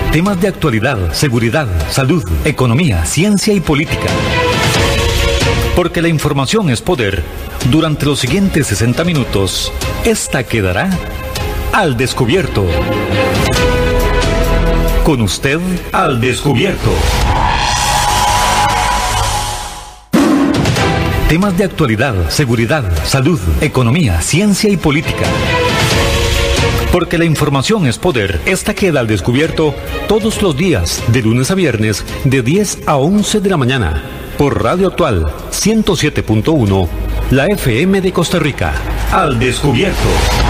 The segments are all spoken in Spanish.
Temas de actualidad, seguridad, salud, economía, ciencia y política. Porque la información es poder. Durante los siguientes 60 minutos, esta quedará al descubierto. Con usted al descubierto. Temas de actualidad, seguridad, salud, economía, ciencia y política. Porque la información es poder. Esta queda al descubierto todos los días, de lunes a viernes, de 10 a 11 de la mañana. Por Radio Actual 107.1, la FM de Costa Rica. Al descubierto.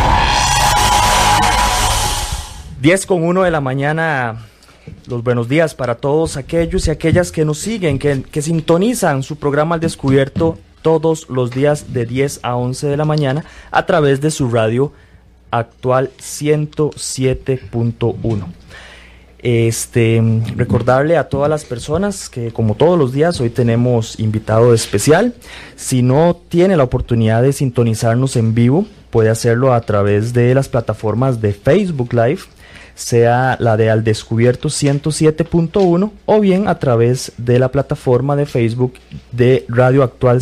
10:01 de la mañana. Los buenos días para todos aquellos y aquellas que nos siguen, que sintonizan su programa Al Descubierto todos los días de 10 a 11 de la mañana a través de su radio Actual 107.1. Recordarle a todas las personas que, como todos los días, hoy tenemos invitado especial. Si no tiene la oportunidad de sintonizarnos en vivo, puede hacerlo a través de las plataformas de Facebook Live, sea la de Al Descubierto 107.1 o bien a través de la plataforma de Facebook de Radio Actual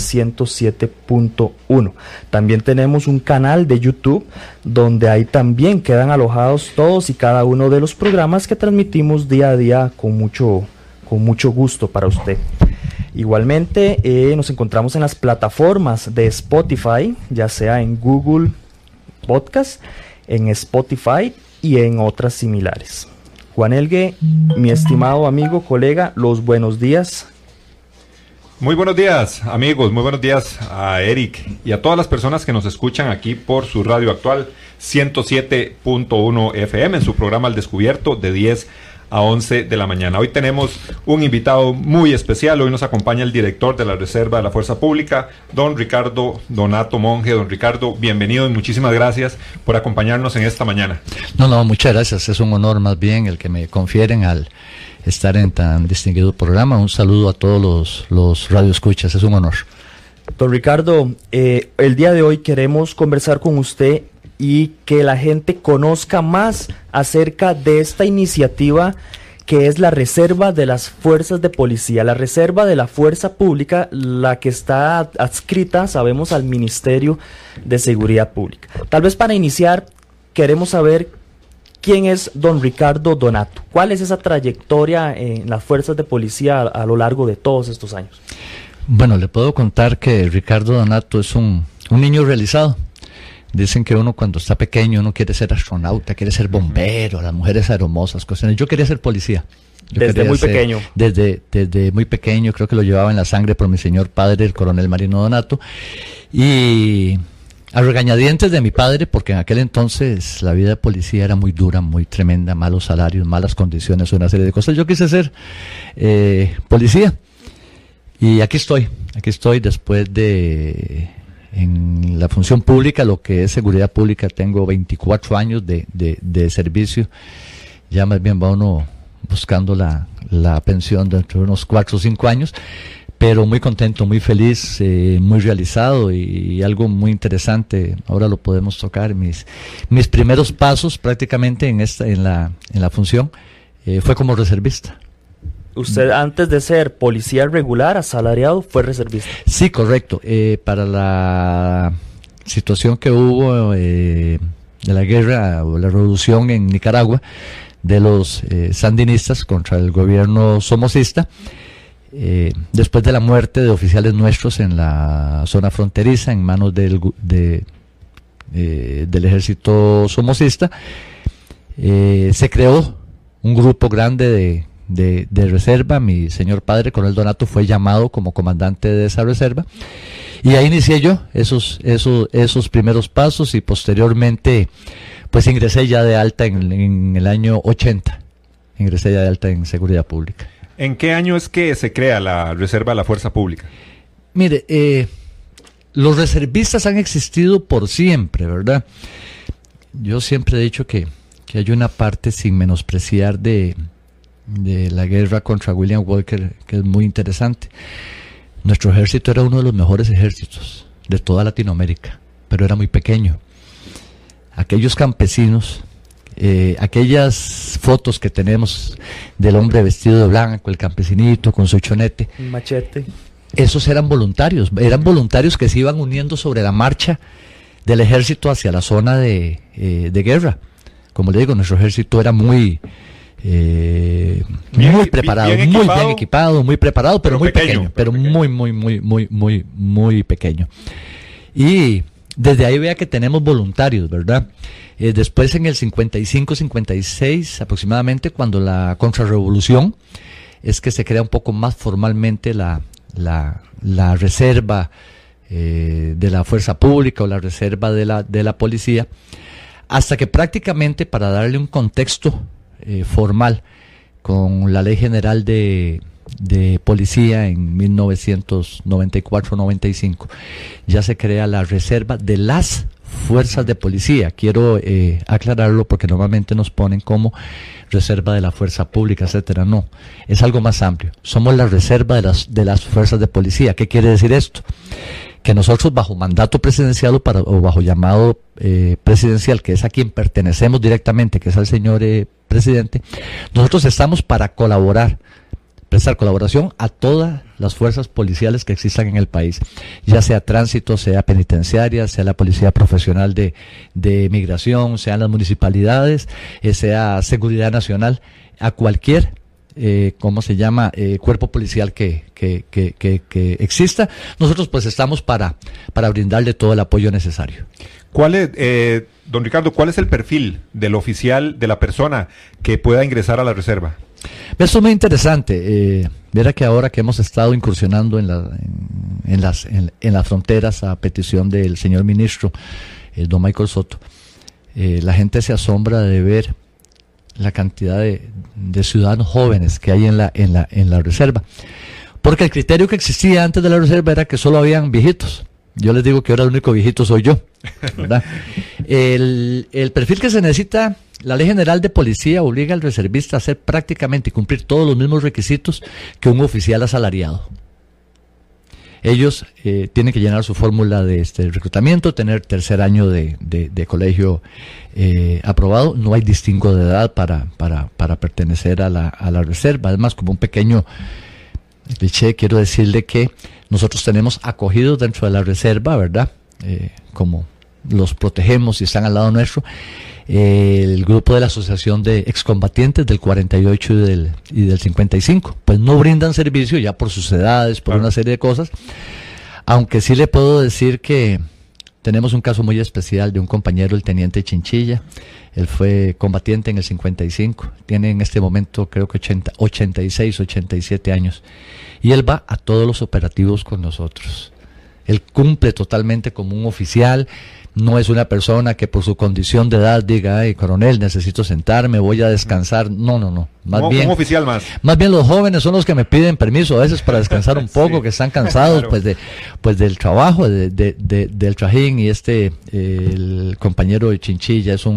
107.1. También tenemos un canal de YouTube donde ahí también quedan alojados todos y cada uno de los programas que transmitimos día a día con mucho gusto para usted. Igualmente nos encontramos en las plataformas de Spotify, ya sea en Google Podcast, en Spotify y en otras similares. Juan Elgue, mi estimado amigo, colega, los buenos días. Muy buenos días, amigos, muy buenos días a Eric y a todas las personas que nos escuchan aquí por su Radio Actual 107.1 FM en su programa Al Descubierto de 10 a 11 de la mañana. Hoy tenemos un invitado muy especial. Hoy nos acompaña el director de la Reserva de la Fuerza Pública, don Ricardo Donato Monge. Don Ricardo, bienvenido y muchísimas gracias por acompañarnos en esta mañana. No, muchas gracias. Es un honor más bien el que me confieren al estar en tan distinguido programa. Un saludo a todos los radioescuchas. Es un honor. Don Ricardo, el día de hoy queremos conversar con usted y que la gente conozca más acerca de esta iniciativa que es la Reserva de las Fuerzas de Policía, la Reserva de la Fuerza Pública, la que está adscrita, sabemos, al Ministerio de Seguridad Pública. Tal vez para iniciar, queremos saber quién es don Ricardo Donato. ¿Cuál es esa trayectoria en las Fuerzas de Policía a lo largo de todos estos años? Bueno, le puedo contar que Ricardo Donato es un niño realizado. Dicen que uno cuando está pequeño uno quiere ser astronauta, quiere ser bombero, las mujeres aeromosas, cosas. Yo quería ser policía. Desde muy pequeño. Desde muy pequeño, creo que lo llevaba en la sangre por mi señor padre, el coronel Marino Donato, y a regañadientes de mi padre, porque en aquel entonces la vida de policía era muy dura, muy tremenda, malos salarios, malas condiciones, una serie de cosas. Yo quise ser policía, y aquí estoy después de... En la función pública, lo que es seguridad pública, tengo 24 años de servicio. Ya más bien va uno buscando la pensión dentro de unos 4 o 5 años, pero muy contento, muy feliz, muy realizado y algo muy interesante. Ahora lo podemos tocar. Mis primeros pasos prácticamente en la función fue como reservista. Usted, antes de ser policía regular, asalariado, fue reservista. Sí, correcto. Para la situación que hubo de la guerra o la revolución en Nicaragua, de los sandinistas contra el gobierno somocista, después de la muerte de oficiales nuestros en la zona fronteriza, en manos del ejército somocista, se creó un grupo grande de reserva. Mi señor padre, coronel Donato, fue llamado como comandante de esa reserva y ahí inicié yo esos primeros pasos y posteriormente pues ingresé ya de alta en el año 80, ingresé ya de alta en seguridad pública. ¿En qué año es que se crea la Reserva de la Fuerza Pública? Mire, los reservistas han existido por siempre, ¿verdad? Yo siempre he dicho que hay una parte, sin menospreciar, de la guerra contra William Walker, que es muy interesante. Nuestro ejército era uno de los mejores ejércitos de toda Latinoamérica, pero era muy pequeño. Aquellos campesinos aquellas fotos que tenemos del hombre vestido de blanco, el campesinito con su chonete, machete. Esos eran voluntarios que se iban uniendo sobre la marcha del ejército hacia la zona de guerra. Como le digo, nuestro ejército era muy preparado, muy bien equipado, muy preparado, pero muy pequeño, pero muy pequeño. Y desde ahí vea que tenemos voluntarios, ¿verdad? Después en el 55-56 aproximadamente, cuando la contrarrevolución, es que se crea un poco más formalmente la reserva de la fuerza pública o la reserva de la policía, hasta que prácticamente, para darle un contexto formal, con la Ley General de Policía en 1994-95, ya se crea la reserva de las fuerzas de policía. Quiero aclararlo porque normalmente nos ponen como reserva de la fuerza pública, etcétera. No, es algo más amplio. Somos la reserva de las fuerzas de policía. ¿Qué quiere decir esto? Que nosotros, bajo mandato presidencial o bajo llamado presidencial, que es a quien pertenecemos directamente, que es al señor presidente, nosotros estamos para prestar colaboración a todas las fuerzas policiales que existan en el país, ya sea tránsito, sea penitenciaria, sea la policía profesional de migración, sean las municipalidades, sea seguridad nacional, a cualquier cuerpo policial que exista. Nosotros pues estamos para brindarle todo el apoyo necesario. Don Ricardo, ¿cuál es el perfil del oficial, de la persona que pueda ingresar a la reserva? Eso es muy interesante. Verá que ahora que hemos estado incursionando en las fronteras a petición del señor ministro, don Michael Soto, la gente se asombra de ver la cantidad de ciudadanos jóvenes que hay en la reserva, porque el criterio que existía antes de la reserva era que solo habían viejitos. Yo les digo que ahora el único viejito soy yo, ¿verdad? El perfil que se necesita, la Ley General de Policía obliga al reservista a hacer prácticamente y cumplir todos los mismos requisitos que un oficial asalariado. Ellos tienen que llenar su fórmula de reclutamiento, tener tercer año de colegio aprobado. No hay distingo de edad para pertenecer a la reserva. Además, como un pequeño cliché, quiero decirle que nosotros tenemos acogidos dentro de la reserva, ¿verdad? Como los protegemos y están al lado nuestro, el grupo de la Asociación de Excombatientes del 48 y del 55, pues no brindan servicio ya por sus edades, por una serie de cosas, aunque sí le puedo decir que tenemos un caso muy especial de un compañero, el teniente Chinchilla. Él fue combatiente en el 55, tiene en este momento creo que 86, 87 años, y él va a todos los operativos con nosotros. Él cumple totalmente como un oficial. No es una persona que por su condición de edad diga, ay, coronel, necesito sentarme, voy a descansar. No. Más bien, un oficial más. Más bien los jóvenes son los que me piden permiso a veces para descansar un poco, sí, que están cansados, claro, pues del trabajo, del trajín, y el compañero de Chinchilla es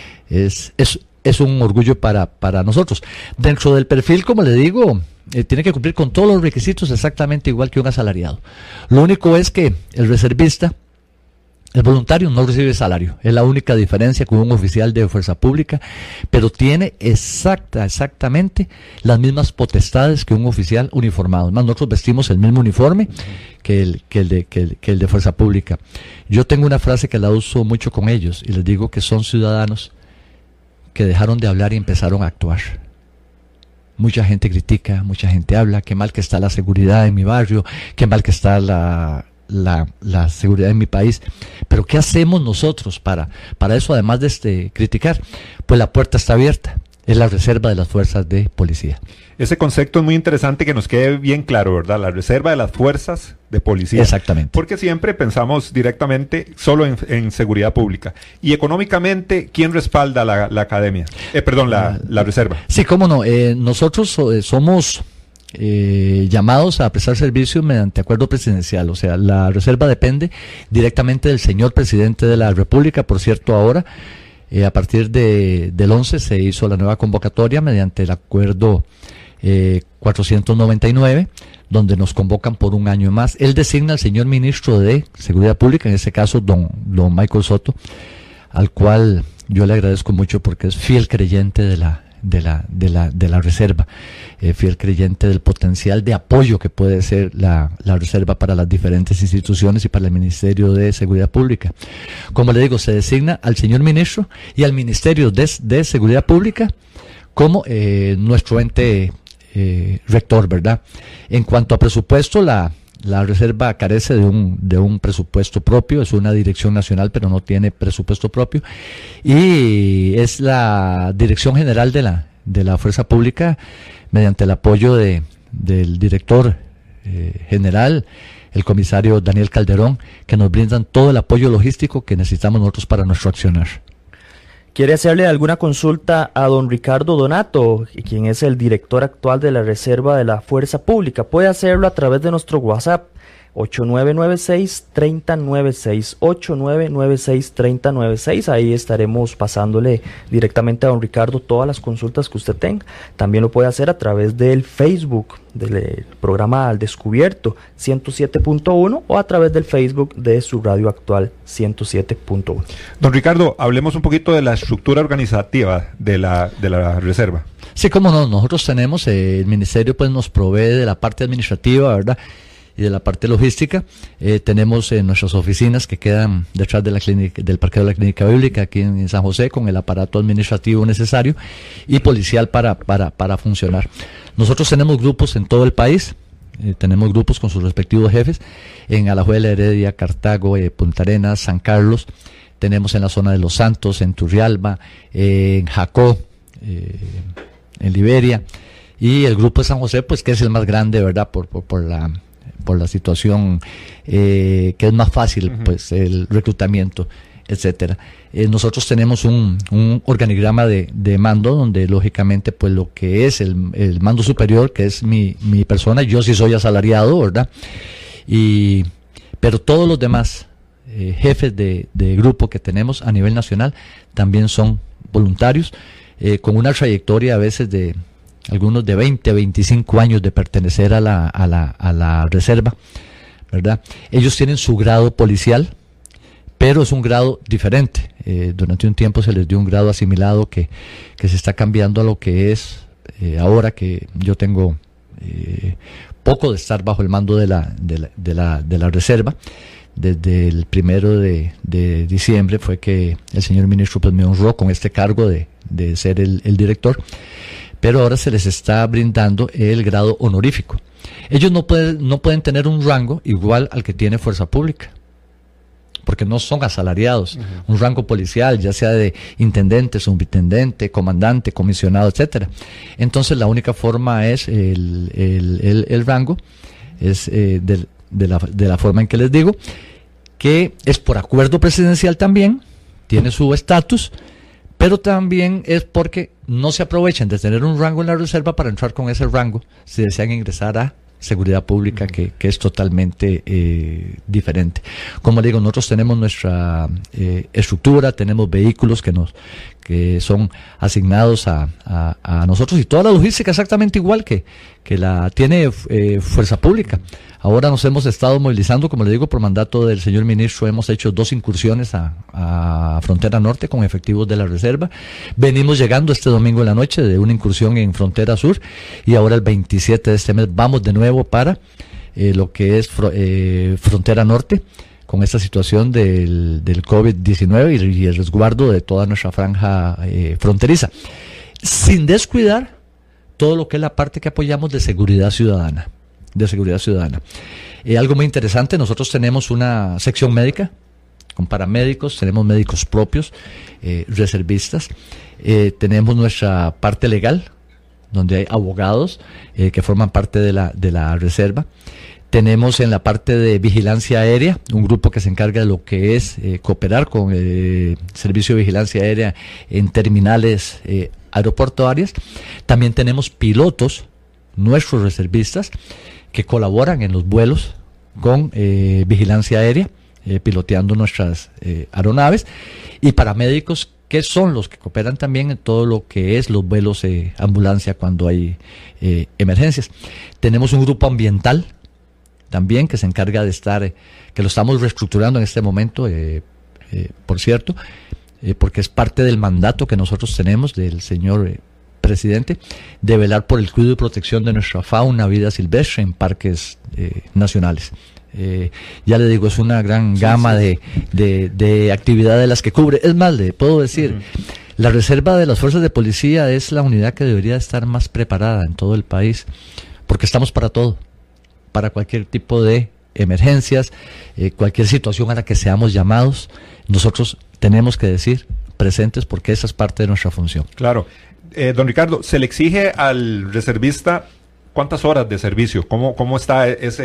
un orgullo para nosotros. Dentro del perfil, como le digo, tiene que cumplir con todos los requisitos exactamente igual que un asalariado. Lo único es que el reservista, el voluntario, no recibe salario. Es la única diferencia con un oficial de fuerza pública, pero tiene exactamente las mismas potestades que un oficial uniformado. Además, nosotros vestimos el mismo uniforme que el de fuerza pública. Yo tengo una frase que la uso mucho con ellos y les digo que son ciudadanos que dejaron de hablar y empezaron a actuar. Mucha gente critica, mucha gente habla, qué mal que está la seguridad en mi barrio, qué mal que está la seguridad en mi país, pero ¿qué hacemos nosotros para eso, además de criticar? Pues la puerta está abierta, es la reserva de las fuerzas de policía. Ese concepto es muy interesante, que nos quede bien claro, ¿verdad? La reserva de las fuerzas de policía. Exactamente. Porque siempre pensamos directamente solo en seguridad pública. Y económicamente, ¿quién respalda la academia? La reserva. Sí, cómo no. Nosotros somos llamados a prestar servicio mediante acuerdo presidencial. O sea, la reserva depende directamente del señor presidente de la República. Por cierto, ahora, a partir del 11 se hizo la nueva convocatoria mediante el acuerdo 499, donde nos convocan por un año más. Él designa al señor ministro de Seguridad Pública, en este caso don Michael Soto, al cual yo le agradezco mucho porque es fiel creyente de la reserva, fiel creyente del potencial de apoyo que puede ser la reserva para las diferentes instituciones y para el Ministerio de Seguridad Pública. Como le digo, se designa al señor ministro y al Ministerio de Seguridad Pública como nuestro ente rector, ¿verdad? En cuanto a presupuesto, la reserva carece de un presupuesto propio, es una dirección nacional pero no tiene presupuesto propio, y es la Dirección General de la Fuerza Pública, mediante el apoyo del director general, el comisario Daniel Calderón, que nos brindan todo el apoyo logístico que necesitamos nosotros para nuestro accionar. ¿Quiere hacerle alguna consulta a don Ricardo Donato, quien es el director actual de la Reserva de la Fuerza Pública? Puede hacerlo a través de nuestro WhatsApp 8996-3096, 8996-3096. Ahí estaremos pasándole directamente a don Ricardo todas las consultas que usted tenga. También lo puede hacer a través del Facebook del programa Al Descubierto 107.1 o a través del Facebook de su radio actual 107.1. Don Ricardo, hablemos un poquito de la estructura organizativa de la reserva. Sí, cómo no, nosotros tenemos, el ministerio pues nos provee de la parte administrativa, ¿verdad?, y de la parte logística. Tenemos nuestras oficinas que quedan detrás de la clínica, del parqueo de la Clínica Bíblica aquí en San José, con el aparato administrativo necesario y policial para funcionar. Nosotros tenemos grupos en todo el país, tenemos grupos con sus respectivos jefes en Alajuela, Heredia, Cartago, Punta Arenas, San Carlos. Tenemos en la zona de Los Santos, en Turrialba, en Jacó, en Liberia, y el grupo de San José, pues que es el más grande, ¿verdad?, por la situación que es más fácil, pues el reclutamiento, etcétera. Nosotros tenemos un organigrama de mando donde lógicamente pues lo que es el mando superior, que es mi persona, yo sí soy asalariado, ¿verdad? Pero todos los demás jefes de grupo que tenemos a nivel nacional también son voluntarios, con una trayectoria a veces de algunos de 20, 25 años de pertenecer a la reserva, ¿verdad? Ellos tienen su grado policial, pero es un grado diferente. Durante un tiempo se les dio un grado asimilado que se está cambiando a lo que es ahora que yo tengo poco de estar bajo el mando de la reserva. Desde el 1 de diciembre fue que el señor ministro pues me honró con este cargo de ser el director, pero ahora se les está brindando el grado honorífico. Ellos no pueden tener un rango igual al que tiene Fuerza Pública, porque no son asalariados. Un rango policial, ya sea de intendente, subintendente, comandante, comisionado, etcétera. Entonces la única forma es el rango, es de la forma en que les digo, que es por acuerdo presidencial también, tiene su estatus, pero también es porque no se aprovechen de tener un rango en la reserva para entrar con ese rango si desean ingresar a seguridad pública, que es totalmente diferente. Como digo, nosotros tenemos nuestra estructura, tenemos vehículos que son asignados a nosotros, y toda la logística exactamente igual que la tiene Fuerza Pública. Ahora nos hemos estado movilizando, como le digo, por mandato del señor ministro, hemos hecho 2 incursiones a Frontera Norte con efectivos de la reserva. Venimos llegando este domingo en la noche de una incursión en Frontera Sur, y ahora el 27 de este mes vamos de nuevo para lo que es Frontera Norte, con esta situación del COVID-19 y el resguardo de toda nuestra franja fronteriza, sin descuidar todo lo que es la parte que apoyamos de seguridad ciudadana. Algo muy interesante, nosotros tenemos una sección médica con paramédicos, tenemos médicos propios, reservistas, tenemos nuestra parte legal, donde hay abogados que forman parte de la reserva. Tenemos en la parte de vigilancia aérea un grupo que se encarga de lo que es cooperar con el servicio de vigilancia aérea en terminales aeroportuarias. También tenemos pilotos, nuestros reservistas, que colaboran en los vuelos con vigilancia aérea, piloteando nuestras aeronaves, y paramédicos, que son los que cooperan también en todo lo que es los vuelos ambulancia cuando hay emergencias. Tenemos un grupo ambiental también que se encarga de estar, que lo estamos reestructurando en este momento, por cierto, porque es parte del mandato que nosotros tenemos del señor presidente, de velar por el cuidado y protección de nuestra fauna, vida silvestre en parques nacionales. Ya le digo, es una gran gama de actividades las que cubre. Es más, le puedo decir, la reserva de las fuerzas de policía es la unidad que debería estar más preparada en todo el país, porque estamos para todo, para cualquier tipo de emergencias, cualquier situación a la que seamos llamados, nosotros tenemos que decir presentes, porque esa es parte de nuestra función. Claro. Don Ricardo, ¿se le exige al reservista cuántas horas de servicio? ¿Cómo está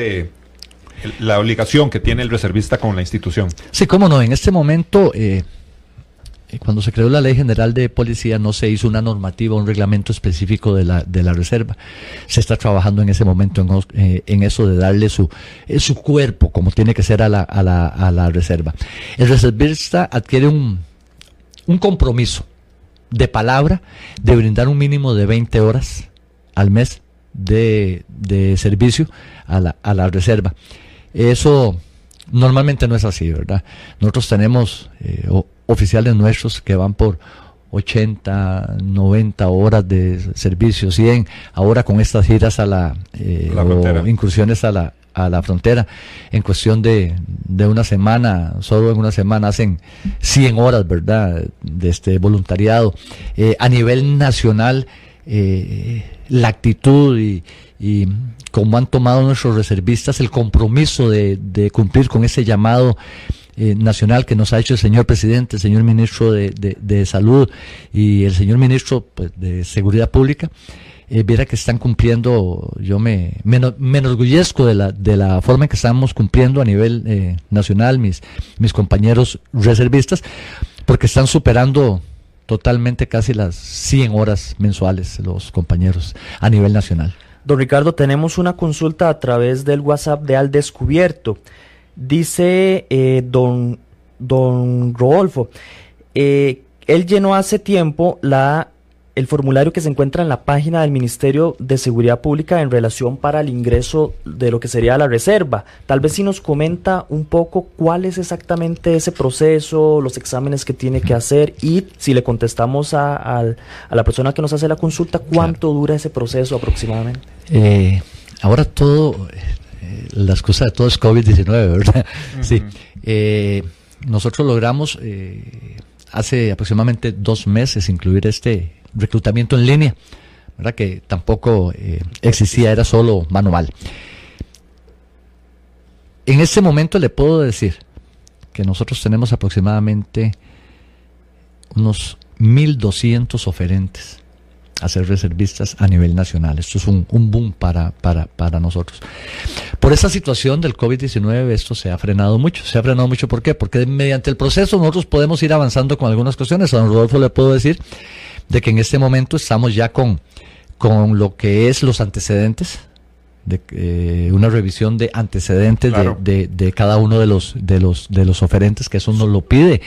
la obligación que tiene el reservista con la institución? Sí, cómo no. En este momento, cuando se creó la Ley General de Policía, no se hizo una normativa, un reglamento específico de la reserva. Se está trabajando en ese momento en eso de darle su cuerpo, como tiene que ser a la reserva. El reservista adquiere un compromiso de palabra de brindar un mínimo de 20 horas al mes de servicio a la reserva. Eso normalmente no es así, ¿verdad? Nosotros tenemos oficiales nuestros que van por 80, 90 horas de servicio, 100, ahora con estas giras o incursiones a la frontera, en cuestión de una semana, solo en una semana hacen 100 horas, ¿verdad?, de voluntariado. A nivel nacional, la actitud y cómo han tomado nuestros reservistas el compromiso de cumplir con ese llamado nacional que nos ha hecho el señor presidente, el señor ministro de Salud y el señor ministro, pues, de Seguridad Pública. Viera que están cumpliendo. Yo me enorgullezco de la forma en que estamos cumpliendo a nivel nacional mis compañeros reservistas, porque están superando totalmente casi las 100 horas mensuales los compañeros a nivel nacional. Don Ricardo, tenemos una consulta a través del WhatsApp de Al Descubierto. Dice don Rodolfo, él llenó hace tiempo el formulario que se encuentra en la página del Ministerio de Seguridad Pública en relación para el ingreso de lo que sería la reserva. Tal vez si nos comenta un poco cuál es exactamente ese proceso, los exámenes que tiene que hacer, y si le contestamos a la persona que nos hace la consulta, ¿cuánto dura ese proceso aproximadamente? Ahora todo, la excusa de todo es COVID-19, ¿verdad? Sí. Nosotros logramos hace aproximadamente 2 meses incluir este reclutamiento en línea, ¿verdad?, que tampoco existía, era solo manual. En este momento le puedo decir que nosotros tenemos aproximadamente unos 1.200 oferentes a ser reservistas a nivel nacional. Esto es un boom para nosotros. Por esa situación del COVID-19 esto se ha frenado mucho. ¿Por qué? Porque mediante el proceso nosotros podemos ir avanzando con algunas cuestiones. A don Rodolfo le puedo decir de que en este momento estamos ya con lo que es los antecedentes, de una revisión de antecedentes, claro, de cada uno de los oferentes, que eso nos lo pide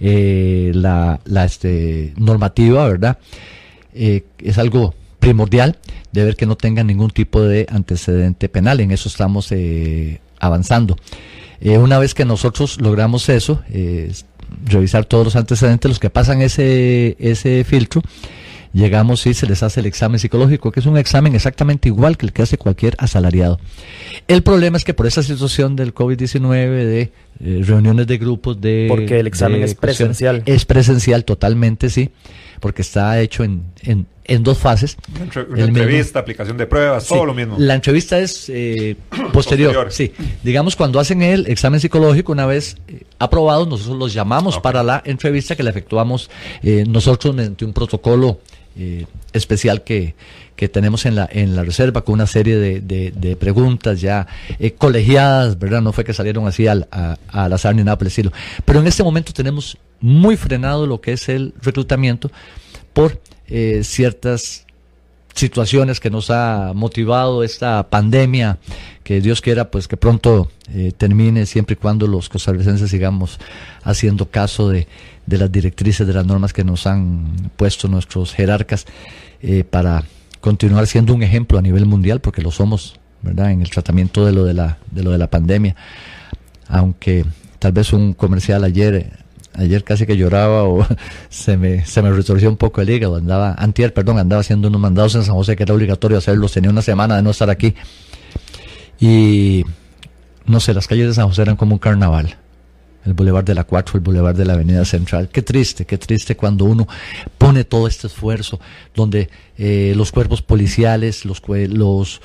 la normativa, ¿verdad? Es algo primordial de ver que no tengan ningún tipo de antecedente penal. En eso estamos avanzando. Una vez que nosotros logramos eso, revisar todos los antecedentes, los que pasan ese filtro, llegamos y se les hace el examen psicológico, que es un examen exactamente igual que el que hace cualquier asalariado. El problema es que por esa situación del COVID-19, de reuniones de grupos, porque el examen es presencial. Es presencial totalmente, sí, porque está hecho en 2 fases. Una entrevista, aplicación de pruebas, sí, todo lo mismo. La entrevista es posterior. Sí. Digamos, cuando hacen el examen psicológico, una vez aprobado, nosotros los llamamos para la entrevista, que la efectuamos nosotros mediante un protocolo especial que tenemos en la reserva, con una serie de preguntas ya colegiadas, ¿verdad? No fue que salieron así al azar ni nada por el estilo. Pero en este momento tenemos muy frenado lo que es el reclutamiento por ciertas situaciones que nos ha motivado esta pandemia, que Dios quiera pues que pronto termine, siempre y cuando los costarricenses sigamos haciendo caso de las directrices, de las normas que nos han puesto nuestros jerarcas, para continuar siendo un ejemplo a nivel mundial, porque lo somos, ¿verdad?, en el tratamiento de lo de la pandemia. Aunque tal vez un comercial ayer Ayer casi que lloraba o se me retorció un poco el hígado. Andaba haciendo unos mandados en San José que era obligatorio hacerlos. Tenía una semana de no estar aquí. Y no sé, las calles de San José eran como un carnaval. El Boulevard de la 4, el Boulevard de la Avenida Central. Qué triste cuando uno pone todo este esfuerzo, donde los cuerpos policiales, los cuerpos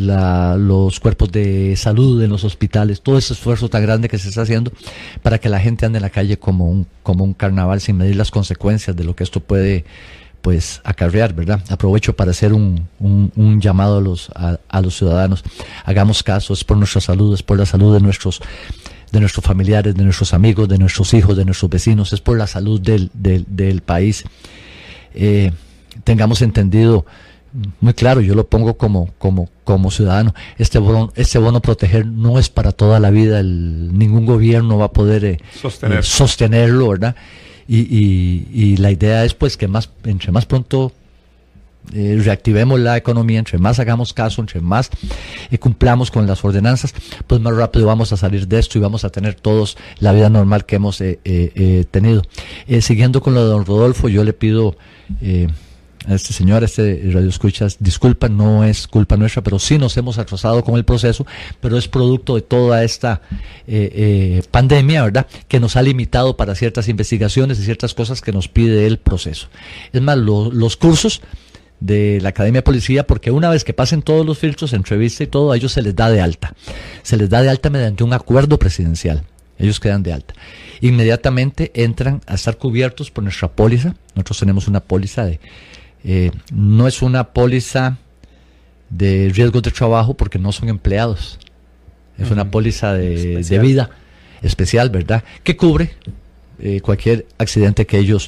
de salud en los hospitales, todo ese esfuerzo tan grande que se está haciendo para que la gente ande en la calle como un carnaval sin medir las consecuencias de lo que esto puede pues acarrear, ¿verdad? Aprovecho para hacer un llamado a los ciudadanos. Hagamos caso, es por nuestra salud, es por la salud de nuestros familiares, de nuestros amigos, de nuestros hijos, de nuestros vecinos, es por la salud del país. Tengamos entendido muy claro, yo lo pongo como ciudadano, este bono proteger no es para toda la vida, ningún gobierno va a poder sostenerlo, ¿verdad? Y la idea es pues que entre más pronto reactivemos la economía, entre más hagamos caso, entre más cumplamos con las ordenanzas, pues más rápido vamos a salir de esto y vamos a tener todos la vida normal que hemos tenido. Siguiendo con lo de don Rodolfo, yo le pido a este señor, a este radio escuchas, disculpa, no es culpa nuestra, pero sí nos hemos atrasado con el proceso, pero es producto de toda esta pandemia, ¿verdad?, que nos ha limitado para ciertas investigaciones y ciertas cosas que nos pide el proceso. Es más, los cursos de la Academia de Policía, porque una vez que pasen todos los filtros, entrevista y todo, a ellos se les da de alta. Se les da de alta mediante un acuerdo presidencial. Ellos quedan de alta. Inmediatamente entran a estar cubiertos por nuestra póliza. Nosotros tenemos una póliza no es una póliza de riesgos de trabajo porque no son empleados. Es una póliza de vida especial, ¿verdad?, que cubre cualquier accidente que ellos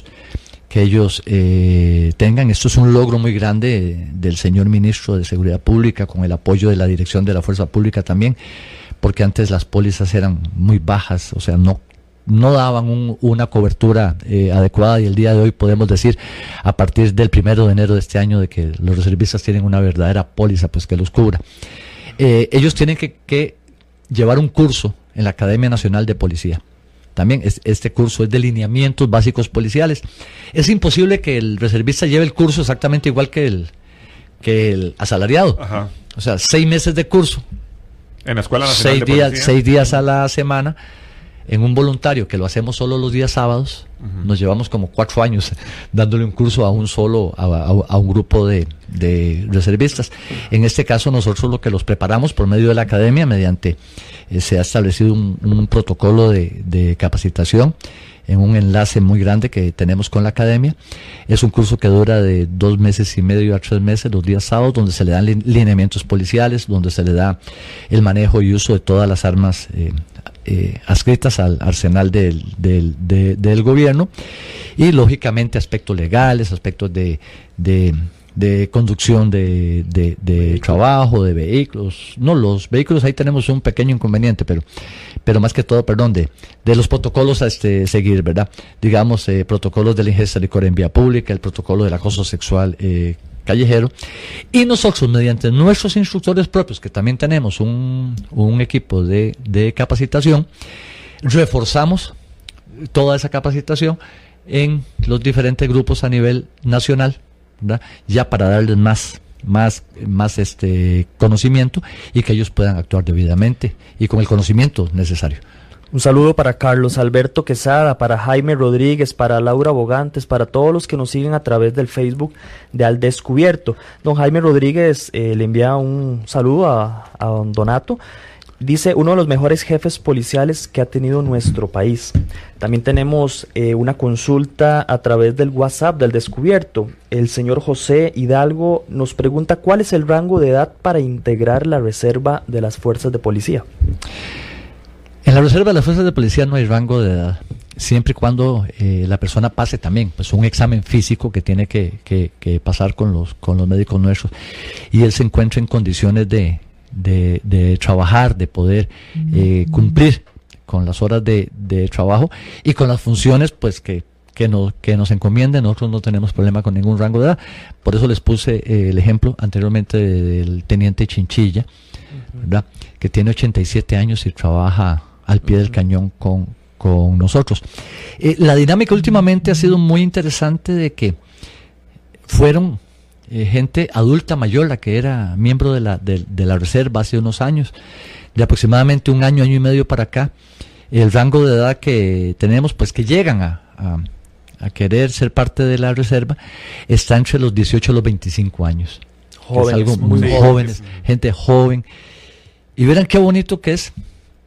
tengan. Esto es un logro muy grande del señor ministro de Seguridad Pública, con el apoyo de la Dirección de la Fuerza Pública también, porque antes las pólizas eran muy bajas, o sea, no daban una cobertura adecuada, y el día de hoy podemos decir, a partir del 1 de enero de este año, de que los reservistas tienen una verdadera póliza pues que los cubra. Ellos tienen que llevar un curso en la Academia Nacional de Policía. También este curso es de lineamientos básicos policiales. Es imposible que el reservista lleve el curso exactamente igual que el asalariado. Ajá. O sea, 6 meses de curso. En la Escuela Nacional de Policía. 6 días a la semana. En un voluntario que lo hacemos solo los días sábados, nos llevamos como 4 años dándole un curso a un grupo de reservistas. En este caso nosotros lo que los preparamos por medio de la academia, mediante se ha establecido un protocolo de capacitación en un enlace muy grande que tenemos con la academia. Es un curso que dura de 2 meses y medio a 3 meses, los días sábados, donde se le dan lineamientos policiales, donde se le da el manejo y uso de todas las armas adscritas al arsenal del gobierno, y lógicamente aspectos legales, aspectos de conducción de trabajo, de vehículos. No, los vehículos ahí tenemos un pequeño inconveniente, pero más que todo, de los protocolos a seguir, ¿verdad? Digamos, protocolos de la ingesta de licor en vía pública, el protocolo del acoso sexual callejero, y nosotros, mediante nuestros instructores propios, que también tenemos un equipo de capacitación, reforzamos toda esa capacitación en los diferentes grupos a nivel nacional, ¿verdad?, ya para darles más conocimiento, y que ellos puedan actuar debidamente y con el conocimiento necesario. Un saludo para Carlos Alberto Quesada, para Jaime Rodríguez, para Laura Bogantes, para todos los que nos siguen a través del Facebook de Al Descubierto. Don Jaime Rodríguez le envía un saludo a don Donato. Dice, uno de los mejores jefes policiales que ha tenido nuestro país. También tenemos una consulta a través del WhatsApp del Descubierto. El señor José Hidalgo nos pregunta, ¿cuál es el rango de edad para integrar la reserva de las fuerzas de policía? En la reserva de las fuerzas de policía no hay rango de edad, siempre y cuando la persona pase también pues un examen físico que tiene que pasar con los médicos nuestros, y él se encuentra en condiciones de trabajar, de poder cumplir con las horas de trabajo y con las funciones pues que nos encomienden. Nosotros no tenemos problema con ningún rango de edad. Por eso les puse el ejemplo anteriormente del teniente Chinchilla, ¿verdad?, que tiene 87 años y trabaja al pie del cañón con con nosotros. La dinámica últimamente ha sido muy interesante, de que fueron gente adulta mayor la que era miembro de la reserva hace unos años, de aproximadamente un año y medio para acá. El rango de edad que tenemos, pues que llegan a querer ser parte de la reserva, está entre los 18 y los 25 años. Jóvenes, es algo muy jóvenes, gente joven. Y verán qué bonito que es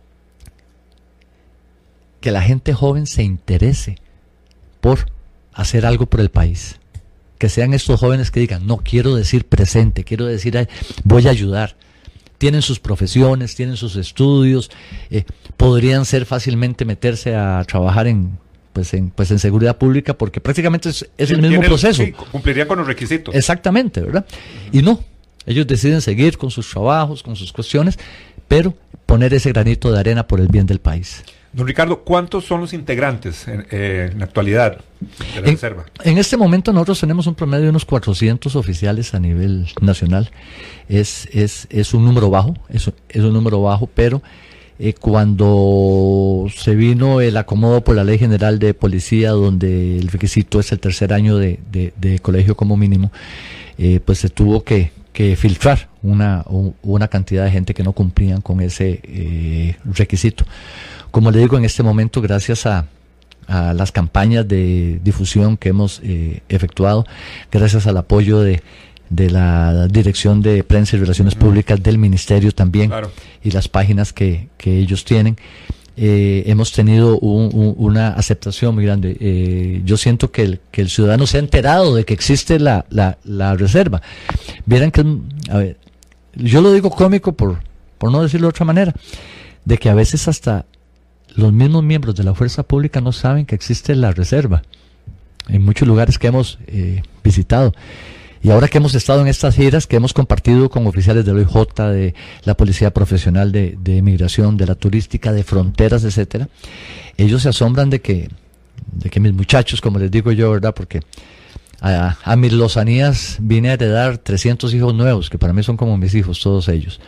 que la gente joven se interese por hacer algo por el país. Que sean estos jóvenes que digan, no quiero decir presente, quiero decir voy a ayudar. Tienen sus profesiones, tienen sus estudios, podrían ser fácilmente meterse a trabajar en seguridad pública, porque prácticamente es el mismo proceso. Sí, cumpliría con los requisitos. Exactamente, ¿verdad? Y no, ellos deciden seguir con sus trabajos, con sus cuestiones, pero poner ese granito de arena por el bien del país. Don Ricardo, ¿cuántos son los integrantes en la actualidad de la reserva? En este momento nosotros tenemos un promedio de unos 400 oficiales a nivel nacional. Es un número bajo, es un número bajo, pero cuando se vino el acomodo por la Ley General de Policía, donde el requisito es el tercer año de colegio como mínimo, pues se tuvo que filtrar una cantidad de gente que no cumplían con ese requisito. Como le digo, en este momento, gracias a las campañas de difusión que hemos efectuado, gracias al apoyo de la Dirección de Prensa y Relaciones Públicas del Ministerio también, claro, y las páginas que ellos tienen, hemos tenido una aceptación muy grande. Yo siento que el ciudadano se ha enterado de que existe la reserva. Vieran que, a ver, yo lo digo cómico por no decirlo de otra manera, de que a veces hasta los mismos miembros de la fuerza pública no saben que existe la reserva en muchos lugares que hemos visitado. Y ahora que hemos estado en estas giras, que hemos compartido con oficiales del OIJ, de la Policía Profesional de Migración, de la Turística, de Fronteras, etcétera, ellos se asombran de que mis muchachos, como les digo yo, ¿verdad? Porque a mis lozanías vine a heredar 300 hijos nuevos, que para mí son como mis hijos, todos ellos.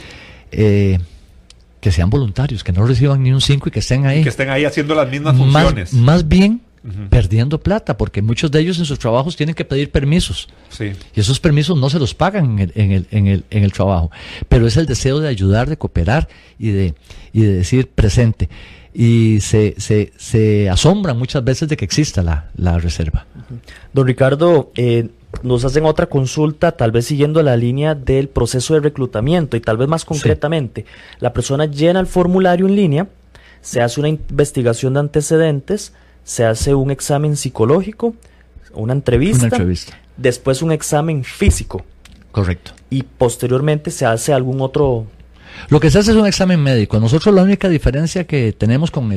Que sean voluntarios, que no reciban ni un 5 y que estén ahí. Que estén ahí haciendo las mismas funciones. Más bien perdiendo plata, porque muchos de ellos en sus trabajos tienen que pedir permisos. Sí. Y esos permisos no se los pagan en el trabajo. Pero es el deseo de ayudar, de cooperar y de decir presente. Y se asombran muchas veces de que exista la reserva. Don Ricardo, nos hacen otra consulta, tal vez siguiendo la línea del proceso de reclutamiento y tal vez más concretamente. Sí. La persona llena el formulario en línea, se hace una investigación de antecedentes, se hace un examen psicológico, una entrevista, después un examen físico. Correcto. Y posteriormente se hace algún otro... Lo que se hace es un examen médico. Nosotros la única diferencia que tenemos con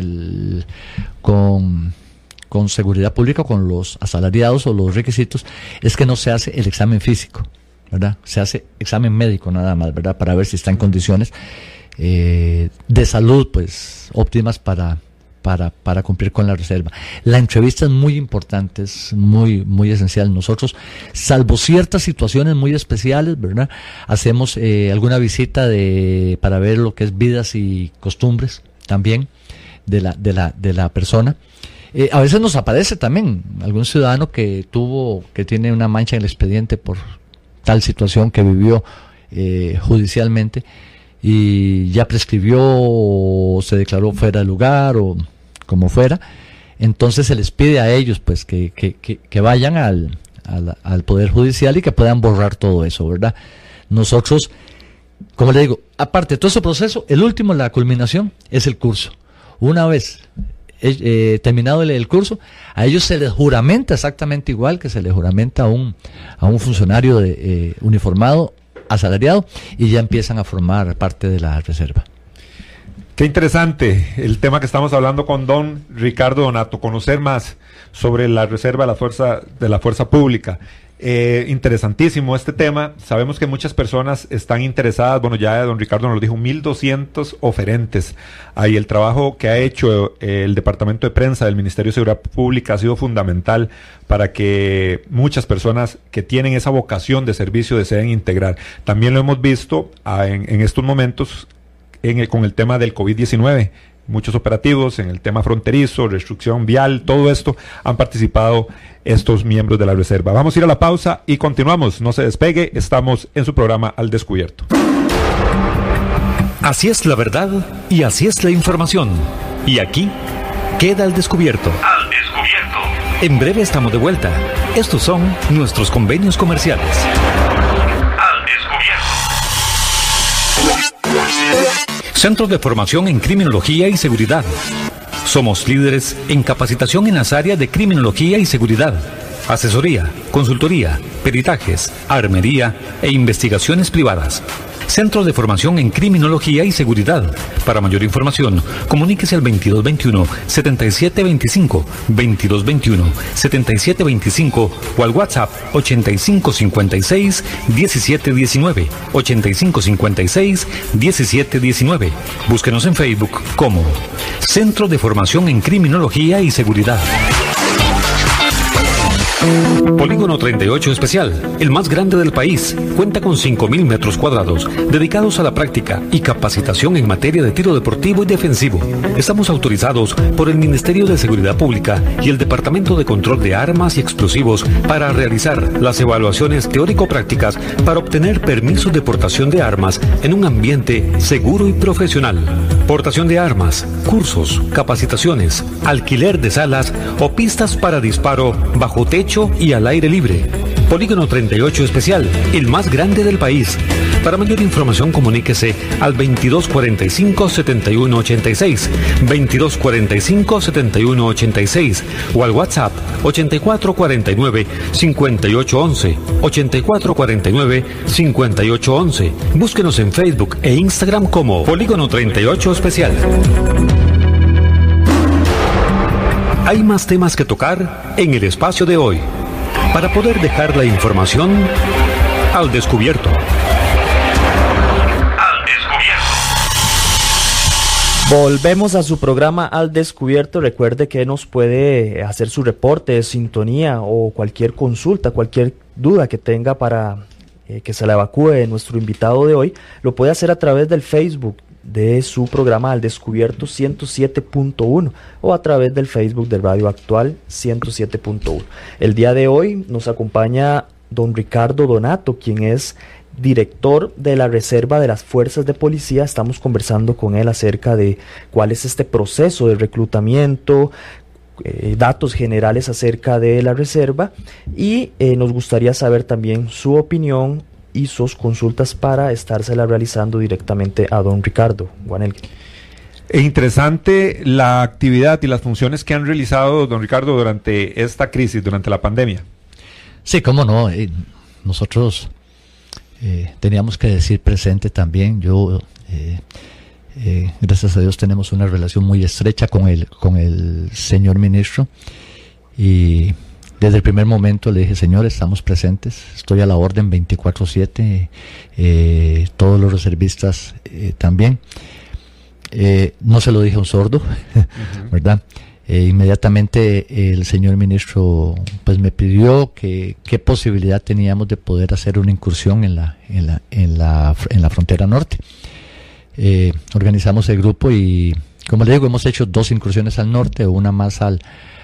seguridad pública, con los asalariados o los requisitos, es que no se hace el examen físico, ¿verdad? Se hace examen médico nada más, ¿verdad? Para ver si está en condiciones de salud, pues, óptimas para cumplir con la reserva. La entrevista es muy importante, es muy, muy esencial. Nosotros, salvo ciertas situaciones muy especiales, ¿verdad? Hacemos alguna visita para ver lo que es vidas y costumbres también de la persona. A veces nos aparece también algún ciudadano que tiene una mancha en el expediente por tal situación que vivió judicialmente y ya prescribió o se declaró fuera de lugar o como fuera. Entonces se les pide a ellos pues que vayan al Poder Judicial y que puedan borrar todo eso, ¿verdad? Nosotros, como le digo, aparte de todo ese proceso, el último, la culminación, es el curso. Una vez terminado el curso, a ellos se les juramenta exactamente igual que se les juramenta a un funcionario uniformado, asalariado, y ya empiezan a formar parte de la reserva. Qué interesante el tema que estamos hablando con don Ricardo Donato, conocer más sobre la reserva de la fuerza pública. Interesantísimo este tema. Sabemos que muchas personas están interesadas. Bueno, ya don Ricardo nos lo dijo, 1,200 oferentes. Ahí el trabajo que ha hecho el Departamento de Prensa del Ministerio de Seguridad Pública ha sido fundamental para que muchas personas que tienen esa vocación de servicio deseen integrar. También lo hemos visto en estos momentos con el tema del COVID-19. muchos operativos en el tema fronterizo, restricción vial, todo esto han participado estos miembros de la Reserva. Vamos a ir a la pausa y continuamos. No se despegue, estamos en su programa Al Descubierto. Así es la verdad y así es la información. Y aquí queda Al Descubierto. Al Descubierto. En breve estamos de vuelta. Estos son nuestros convenios comerciales. Al Descubierto. Centros de formación en criminología y seguridad. Somos líderes en capacitación en las áreas de criminología y seguridad, asesoría, consultoría, peritajes, armería e investigaciones privadas. Centros de formación en criminología y seguridad. Para mayor información, comuníquese al 2221-7725, 2221-7725 o al WhatsApp 8556-1719, 8556-1719. Búsquenos en Facebook como Centro de Formación en Criminología y Seguridad. Polígono 38 Especial, el más grande del país, cuenta con 5.000 metros cuadrados dedicados a la práctica y capacitación en materia de tiro deportivo y defensivo. Estamos autorizados por el Ministerio de Seguridad Pública y el Departamento de Control de Armas y Explosivos para realizar las evaluaciones teórico-prácticas para obtener permisos de portación de armas en un ambiente seguro y profesional. Portación de armas, cursos, capacitaciones, alquiler de salas o pistas para disparo bajo techo y al aire libre. Polígono 38 Especial, el más grande del país. Para mayor información comuníquese al 2245-7186, 2245-7186 o al WhatsApp 8449-5811, 8449-5811. Búsquenos en Facebook e Instagram como Polígono 38 Especial. Hay más temas que tocar en el espacio de hoy, para poder dejar la información al descubierto. Al descubierto. Volvemos a su programa Al Descubierto. Recuerde que nos puede hacer su reporte de sintonía o cualquier consulta, cualquier duda que tenga para que se la evacúe nuestro invitado de hoy. Lo puede hacer a través del Facebook de su programa Al Descubierto 107.1 o a través del Facebook de Radio Actual 107.1. El día de hoy nos acompaña don Ricardo Donato, quien es director de la Reserva de las Fuerzas de Policía. Estamos conversando con él acerca de cuál es este proceso de reclutamiento, datos generales acerca de la Reserva y nos gustaría saber también su opinión y sus consultas para estársela realizando directamente a don Ricardo Guanelgue. Interesante la actividad y las funciones que han realizado, don Ricardo, durante esta crisis, durante la pandemia. Sí, cómo no. Nosotros teníamos que decir presente también. Yo, gracias a Dios, tenemos una relación muy estrecha con el señor ministro y desde el primer momento le dije, señor, estamos presentes, estoy a la orden 24/7, todos los reservistas también. No se lo dije a un sordo, ¿verdad? Inmediatamente el señor ministro pues me pidió qué posibilidad teníamos de poder hacer una incursión en la frontera norte. Organizamos el grupo y, como le digo, hemos hecho 2 incursiones al norte, una más al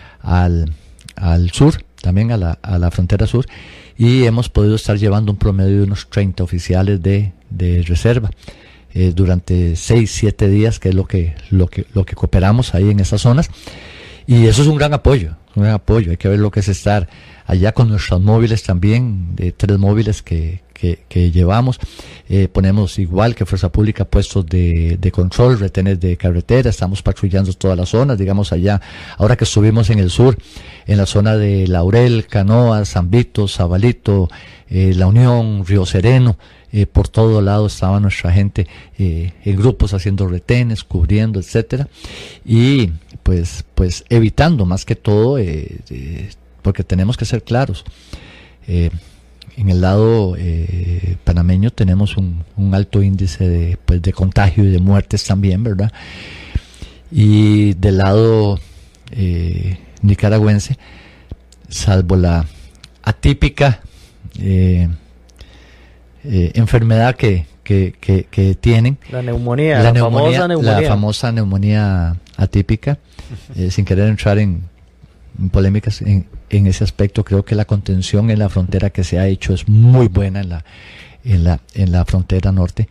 sur, también a la frontera sur, y hemos podido estar llevando un promedio de unos 30 oficiales de reserva durante 6-7 días, que es lo que cooperamos ahí en esas zonas, y eso es un gran apoyo. Hay que ver lo que es estar allá con nuestros móviles también, de 3 móviles que llevamos. Ponemos, igual que Fuerza Pública, puestos de control, retenes de carretera, estamos patrullando todas las zonas, digamos allá, ahora que estuvimos en el sur, en la zona de Laurel, Canoas, San Vito, Zabalito, La Unión, Río Sereno, por todo lado estaba nuestra gente en grupos haciendo retenes, cubriendo, etcétera, y pues evitando más que todo, porque tenemos que ser claros, en el lado panameño tenemos un alto índice de contagio y de muertes también, ¿verdad? Y del lado nicaragüense, salvo la atípica enfermedad que tienen, la neumonía, la famosa neumonía atípica, sin querer entrar en polémicas en ese aspecto. Creo que la contención en la frontera que se ha hecho es muy buena en la frontera norte.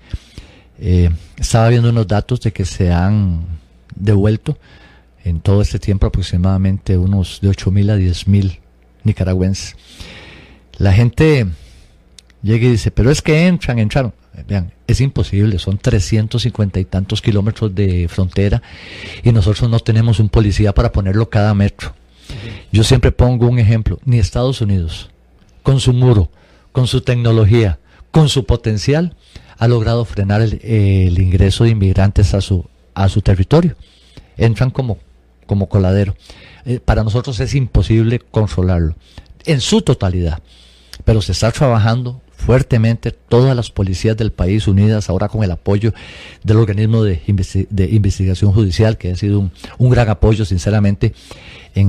Estaba viendo unos datos de que se han devuelto en todo este tiempo aproximadamente unos de 8.000 a 10.000 nicaragüenses. La gente llega y dice, pero es que entraron. Vean, es imposible, son 350 y tantos kilómetros de frontera y nosotros no tenemos un policía para ponerlo cada metro. Yo siempre pongo un ejemplo, ni Estados Unidos, con su muro, con su tecnología, con su potencial, ha logrado frenar el ingreso de inmigrantes a su territorio. Entran como coladero. Para nosotros es imposible controlarlo en su totalidad, pero se está trabajando fuertemente, todas las policías del país unidas ahora con el apoyo del organismo de investigación judicial, que ha sido un gran apoyo sinceramente en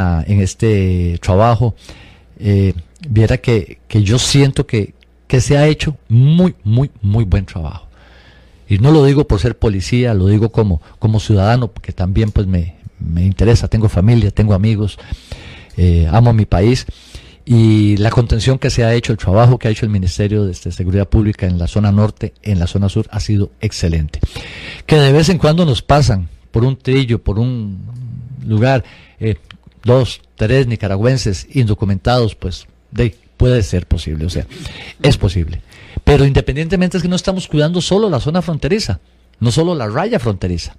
este trabajo. Viera que yo siento que se ha hecho muy buen trabajo, y no lo digo por ser policía, lo digo como ciudadano, porque también pues me interesa, tengo familia, tengo amigos, amo mi país. Y la contención que se ha hecho, el trabajo que ha hecho el Ministerio de Seguridad Pública en la zona norte, en la zona sur, ha sido excelente. Que de vez en cuando nos pasan por un trillo, por un lugar, 2, 3 nicaragüenses indocumentados, pues puede ser posible, o sea, es posible. Pero independientemente es que no estamos cuidando solo la zona fronteriza, no solo la raya fronteriza.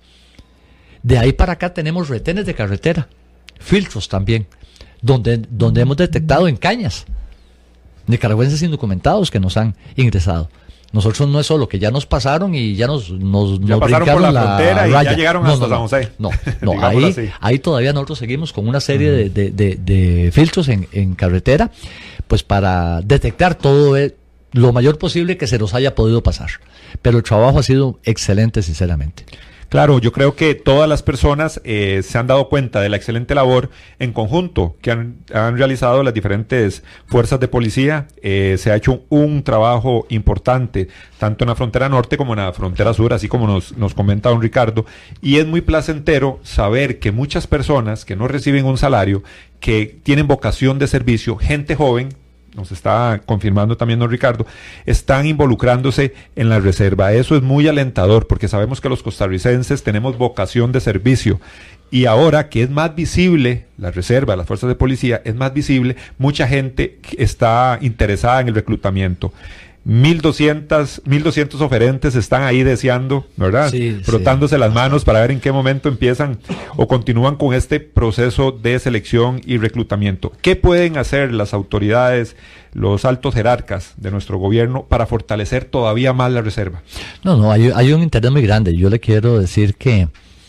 De ahí para acá tenemos retenes de carretera, filtros también, donde hemos detectado en cañas nicaragüenses indocumentados que nos han ingresado. Nosotros no es solo que ya nos pasaron y ya nos pasaron por la frontera y raya. Ya llegaron hasta San José. No, ahí todavía nosotros seguimos con una serie de filtros en carretera, pues para detectar todo lo mayor posible que se nos haya podido pasar. Pero el trabajo ha sido excelente, sinceramente. Claro, yo creo que todas las personas se han dado cuenta de la excelente labor en conjunto que han realizado las diferentes fuerzas de policía. Se ha hecho un trabajo importante, tanto en la frontera norte como en la frontera sur, así como nos comenta don Ricardo. Y es muy placentero saber que muchas personas que no reciben un salario, que tienen vocación de servicio, gente joven, nos está confirmando también don Ricardo, están involucrándose en la reserva. Eso es muy alentador, porque sabemos que los costarricenses tenemos vocación de servicio, y ahora que es más visible la reserva, las fuerzas de policía, es más visible, mucha gente está interesada en el reclutamiento. 1.200 oferentes están ahí deseando, ¿verdad? Sí, frotándose las manos para ver en qué momento empiezan o continúan con este proceso de selección y reclutamiento. ¿Qué pueden hacer las autoridades, los altos jerarcas de nuestro gobierno para fortalecer todavía más la reserva? No, hay un interés muy grande. Yo le quiero decir que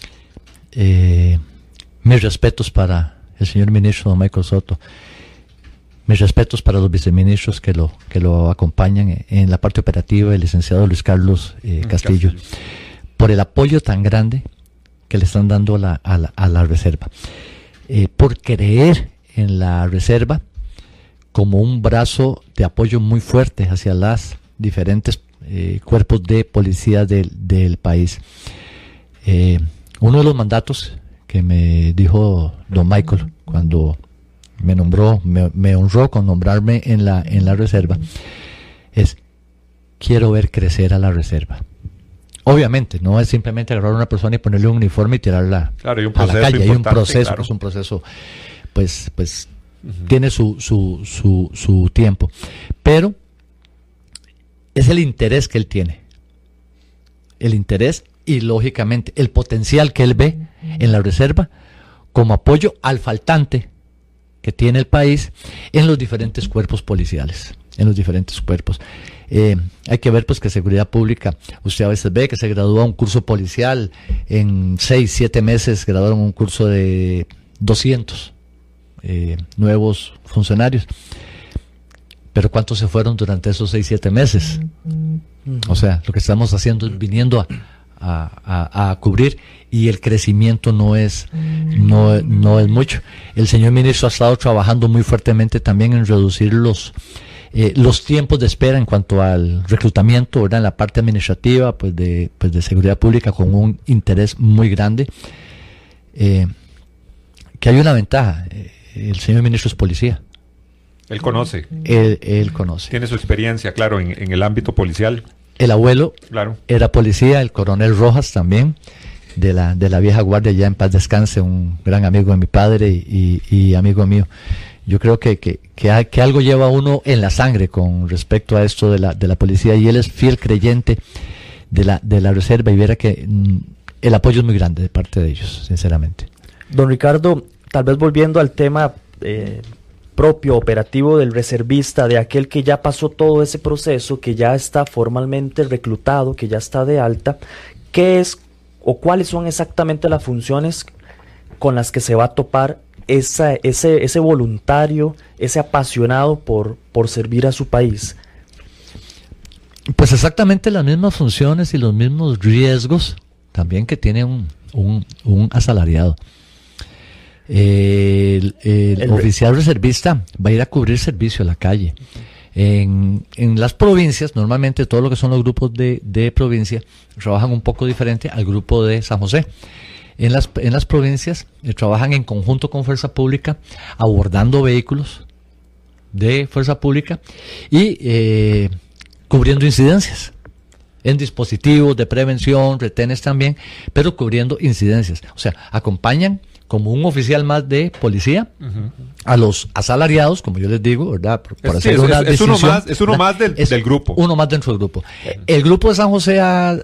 mis respetos para el señor ministro don Michael Soto. Mis respetos para los viceministros que lo acompañan en la parte operativa, el licenciado Luis Carlos Castillo, por el apoyo tan grande que le están dando a la reserva, por creer en la reserva como un brazo de apoyo muy fuerte hacia las diferentes cuerpos de policía del país. Uno de los mandatos que me dijo don Michael cuando me honró con nombrarme en la reserva, es: quiero ver crecer a la reserva. Obviamente no es simplemente agarrar a una persona y ponerle un uniforme y tirarla a la calle. Hay un proceso, claro. Es un proceso, pues tiene su tiempo, pero es el interés que él tiene, el interés y lógicamente el potencial que él ve en la reserva como apoyo al faltante que tiene el país en los diferentes cuerpos policiales, en los diferentes cuerpos. Hay que ver pues que seguridad pública, usted a veces ve que se gradúa un curso policial, en 6-7 meses graduaron un curso de 200 nuevos funcionarios, pero ¿cuántos se fueron durante esos 6-7 meses? O sea, lo que estamos haciendo es viniendo a cubrir, y el crecimiento no es mucho. El señor ministro ha estado trabajando muy fuertemente también en reducir los tiempos de espera en cuanto al reclutamiento, ¿verdad? En la parte administrativa, pues de seguridad pública, con un interés muy grande. que hay una ventaja. El señor ministro es policía. Él conoce. Él conoce. Tiene su experiencia, claro, en el ámbito policial. El abuelo claro. Era policía, el coronel Rojas también, de la vieja guardia, ya en paz descanse, un gran amigo de mi padre y amigo mío. Yo creo que algo lleva a uno en la sangre con respecto a esto de la policía, y él es fiel creyente de la reserva, y verá que el apoyo es muy grande de parte de ellos, sinceramente. Don Ricardo, tal vez volviendo al tema propio, operativo del reservista, de aquel que ya pasó todo ese proceso, que ya está formalmente reclutado, que ya está de alta, ¿qué es o cuáles son exactamente las funciones con las que se va a topar ese voluntario, ese apasionado por servir a su país? Pues exactamente las mismas funciones y los mismos riesgos también que tiene un asalariado. El oficial reservista va a ir a cubrir servicio a la calle. En las provincias, normalmente todo lo que son los grupos de provincia trabajan un poco diferente al grupo de San José. En las provincias trabajan en conjunto con Fuerza Pública, abordando vehículos de Fuerza Pública y cubriendo incidencias en dispositivos de prevención, retenes también, pero cubriendo incidencias. O sea, acompañan como un oficial más de policía a los asalariados, como yo les digo, ¿verdad? Por hacer una decisión, es uno más del grupo. Uno más dentro del grupo. El grupo de San José,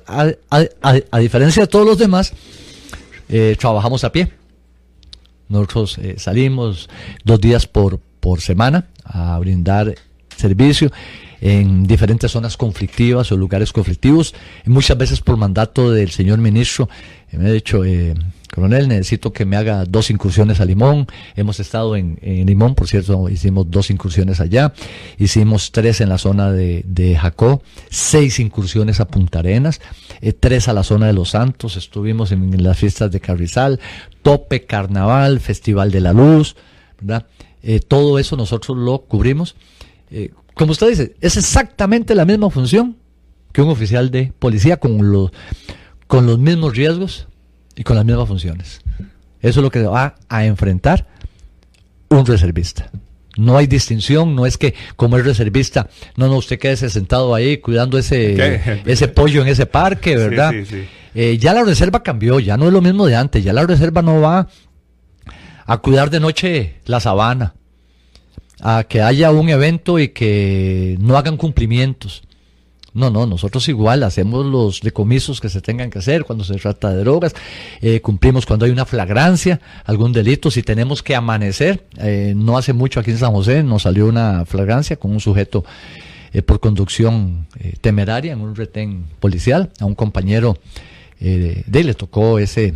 a diferencia de todos los demás, trabajamos a pie. Nosotros salimos 2 días por semana a brindar servicio en diferentes zonas conflictivas o lugares conflictivos, y muchas veces por mandato del señor ministro. Me ha dicho, coronel, necesito que me haga 2 incursiones a Limón. Hemos estado en Limón, por cierto, hicimos 2 incursiones allá, hicimos 3 en la zona de Jacó, 6 incursiones a Punta Arenas, 3 a la zona de Los Santos, estuvimos en las fiestas de Carrizal, Tope, Carnaval, Festival de la Luz, ¿verdad? Todo eso nosotros lo cubrimos. Como usted dice, es exactamente la misma función que un oficial de policía, con los mismos riesgos y con las mismas funciones. Eso es lo que va a enfrentar un reservista. No hay distinción, no es que como es reservista, no, usted quédese sentado ahí cuidando ese pollo en ese parque, ¿verdad? Sí. Ya la reserva cambió, ya no es lo mismo de antes, ya la reserva no va a cuidar de noche la sabana, a que haya un evento y que no hagan cumplimientos. No, nosotros igual hacemos los decomisos que se tengan que hacer cuando se trata de drogas, cumplimos cuando hay una flagrancia, algún delito, si tenemos que amanecer. No hace mucho aquí en San José nos salió una flagrancia con un sujeto por conducción temeraria en un retén policial. A un compañero le tocó ese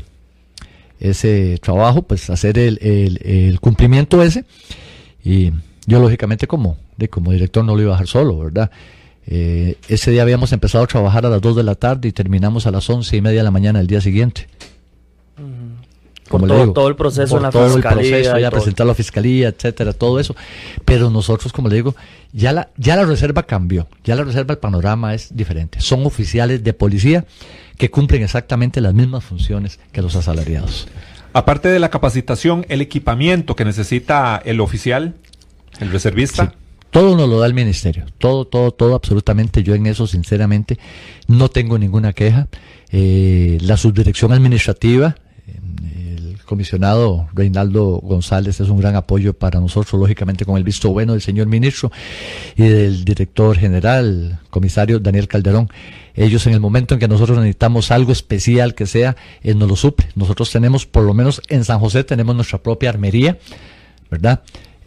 trabajo, pues hacer el cumplimiento ese, y yo lógicamente como director no lo iba a dejar solo, ¿verdad? Ese día habíamos empezado a trabajar a las 2 de la tarde y terminamos a las 11:30 de la mañana del día siguiente. Como todo el proceso en la todo fiscalía. Todo el proceso, ya presentar a la fiscalía, etcétera, todo eso. Pero nosotros, como le digo, ya la reserva cambió. Ya la reserva, el panorama es diferente. Son oficiales de policía que cumplen exactamente las mismas funciones que los asalariados. Aparte de la capacitación, el equipamiento que necesita el oficial, el reservista. Sí. Todo nos lo da el ministerio, todo, absolutamente. Yo en eso, sinceramente, no tengo ninguna queja. La subdirección administrativa, el comisionado Reinaldo González, es un gran apoyo para nosotros, lógicamente con el visto bueno del señor ministro y del director general, comisario Daniel Calderón. Ellos, en el momento en que nosotros necesitamos algo especial que sea, él nos lo suple. Nosotros tenemos, por lo menos en San José, tenemos nuestra propia armería, ¿verdad?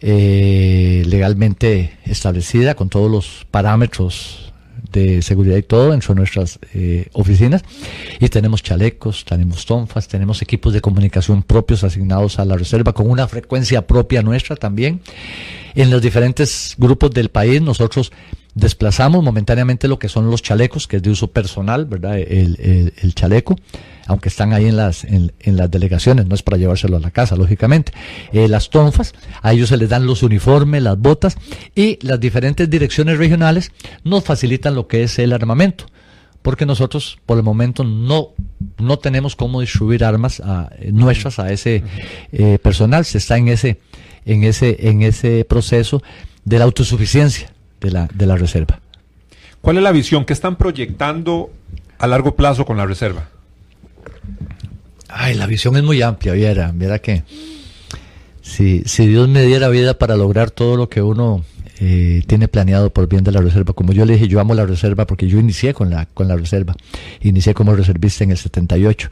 Legalmente establecida con todos los parámetros de seguridad y todo dentro de nuestras oficinas, y tenemos chalecos, tenemos tonfas, tenemos equipos de comunicación propios asignados a la reserva con una frecuencia propia nuestra también. En los diferentes grupos del país nosotros desplazamos momentáneamente lo que son los chalecos, que es de uso personal, ¿verdad? El chaleco, aunque están ahí en las delegaciones, no es para llevárselo a la casa, lógicamente. Las tonfas, a ellos se les dan los uniformes, las botas, y las diferentes direcciones regionales nos facilitan lo que es el armamento. porque nosotros por el momento no tenemos cómo distribuir armas nuestras a ese personal. Se está en ese proceso de la autosuficiencia de la reserva. ¿Cuál es la visión que están proyectando a largo plazo con la reserva? La visión es muy amplia, viera que si Dios me diera vida para lograr todo lo que uno tiene planeado por bien de la reserva. Como yo le dije, yo amo la reserva porque yo inicié con la reserva. Inicié como reservista en el 78.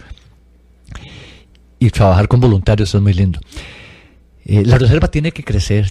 Y trabajar con voluntarios es muy lindo. La reserva tiene que crecer,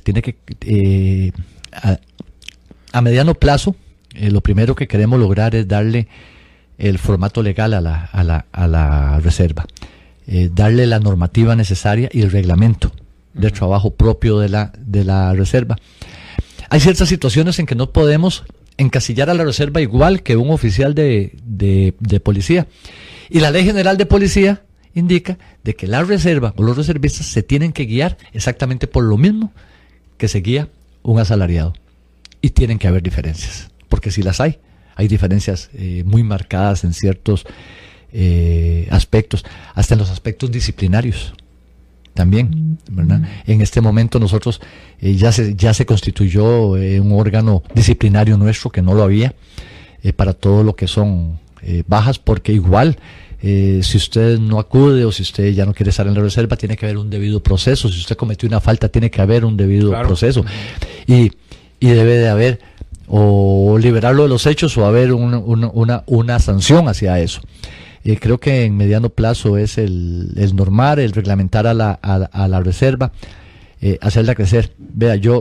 a mediano plazo, lo primero que queremos lograr es darle el formato legal a la reserva, darle la normativa necesaria y el reglamento de trabajo propio de la reserva. Hay ciertas situaciones en que no podemos encasillar a la reserva igual que un oficial de policía. Y la Ley General de Policía indica de que la reserva o los reservistas se tienen que guiar exactamente por lo mismo que se guía un asalariado. Y tienen que haber diferencias, porque si las hay diferencias muy marcadas en ciertos aspectos, hasta en los aspectos disciplinarios. También, ¿verdad? En este momento nosotros ya se constituyó un órgano disciplinario nuestro, que no lo había, para todo lo que son bajas, porque igual si usted no acude o si usted ya no quiere estar en la reserva, tiene que haber un debido proceso. Si usted cometió una falta, tiene que haber un debido proceso. Y debe de haber o liberarlo de los hechos o haber una sanción hacia eso. Creo que en mediano plazo es el normar, el reglamentar a la reserva, hacerla crecer. Vea, yo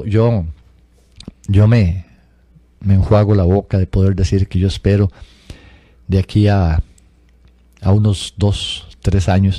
me enjuago la boca de poder decir que yo espero de aquí a unos 2-3 años,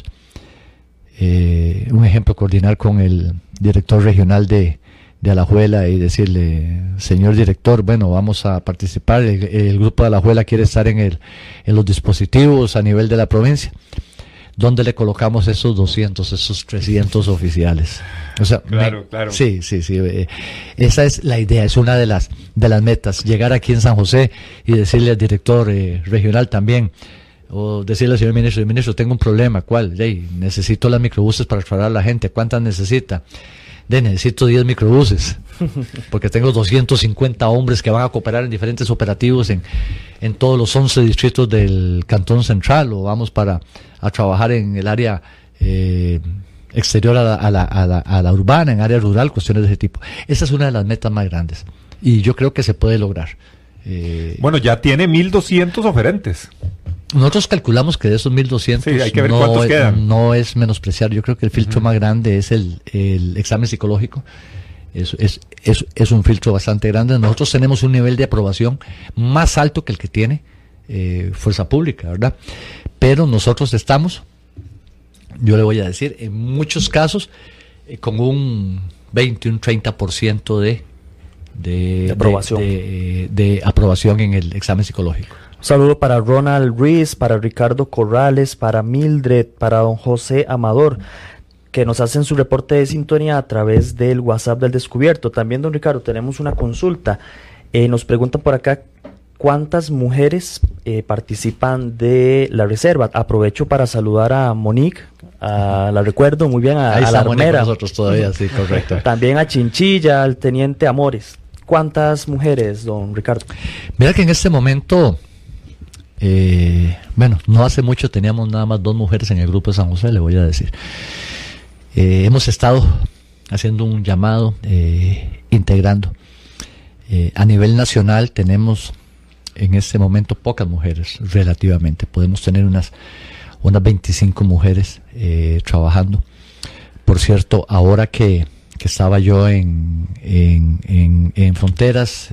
un ejemplo, coordinar con el director regional de Alajuela y decirle: señor director, bueno, vamos a participar, el grupo de Alajuela quiere estar en los dispositivos a nivel de la provincia, donde le colocamos esos 200, esos 300 oficiales. O sea, claro. Sí. Esa es la idea, es una de las metas, llegar aquí en San José y decirle al director regional también, o decirle al señor ministro, tengo un problema. ¿Cuál? Necesito las microbuses para trasladar a la gente. ¿Cuántas necesita? Necesito 10 microbuses, porque tengo 250 hombres que van a cooperar en diferentes operativos en todos los 11 distritos del Cantón Central, o vamos a trabajar en el área exterior a la urbana, en área rural, cuestiones de ese tipo. Esa es una de las metas más grandes y yo creo que se puede lograr. Bueno, ya tiene 1.200 oferentes. Nosotros calculamos que de esos 1.200 sí, hay que ver cuántos quedan. No es menospreciar. Yo creo que el filtro más grande es el examen psicológico. Es un filtro bastante grande. Nosotros tenemos un nivel de aprobación más alto que el que tiene Fuerza Pública, ¿verdad? Pero nosotros estamos, yo le voy a decir, en muchos casos con un 20, un 30% de aprobación. De aprobación en el examen psicológico. Un saludo para Ronald Ruiz, para Ricardo Corrales, para Mildred, para don José Amador, que nos hacen su reporte de sintonía a través del WhatsApp del Descubierto. También, don Ricardo, tenemos una consulta. Nos preguntan por acá cuántas mujeres participan de la reserva. Aprovecho para saludar a Monique, la recuerdo muy bien, a la armera. Nosotros todavía, sí, correcto. También a Chinchilla, al teniente Amores. ¿Cuántas mujeres, don Ricardo? Mira que en este momento, no hace mucho teníamos nada más 2 mujeres en el grupo de San José, le voy a decir. Hemos estado haciendo un llamado, integrando. A nivel nacional tenemos en este momento pocas mujeres, relativamente. Podemos tener unas 25 mujeres trabajando. Por cierto, ahora que estaba yo en Fronteras,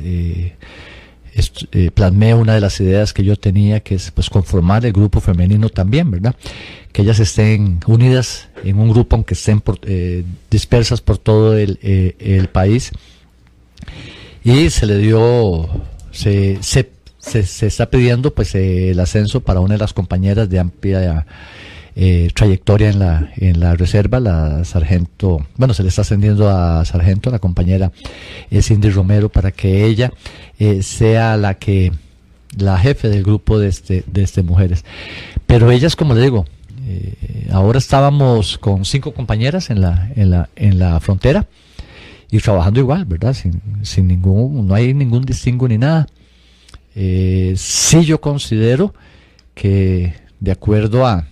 plasmé una de las ideas que yo tenía, que es pues conformar el grupo femenino también, ¿verdad? Que ellas estén unidas en un grupo, aunque estén dispersas por todo el país. Y se le dio, se está pidiendo pues el ascenso para una de las compañeras de amplia trayectoria en la reserva, la sargento, se le está ascendiendo a sargento, la compañera Cindy Romero, para que ella sea la que la jefe del grupo de mujeres. Pero ellas, como le digo, ahora estábamos con 5 compañeras en la frontera y trabajando igual, ¿verdad? Sin ningún, no hay ningún distingo ni nada. Sí, yo considero que de acuerdo a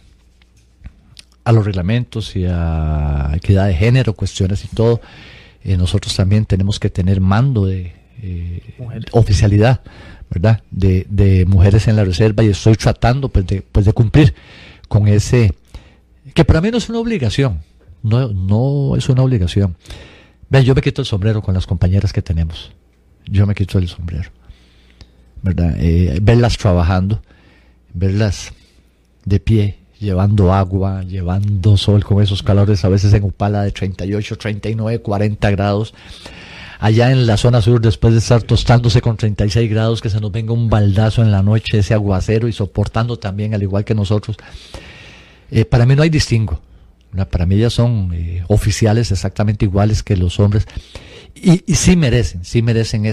los reglamentos y a equidad de género, cuestiones y todo, nosotros también tenemos que tener mando de oficialidad, ¿verdad? De mujeres en la reserva, y estoy tratando pues de cumplir con ese, que para mí no es una obligación, no es una obligación. Vean, yo me quito el sombrero con las compañeras que tenemos, yo me quito el sombrero, ¿verdad? Verlas trabajando, verlas de pie, llevando agua, llevando sol con esos calores a veces en Upala de 38, 39, 40 grados. Allá en la zona sur, después de estar tostándose con 36 grados, que se nos venga un baldazo en la noche, ese aguacero, y soportando también, al igual que nosotros. Para mí no hay distingo, ¿verdad? Para mí ellas son oficiales exactamente iguales que los hombres. Y sí merecen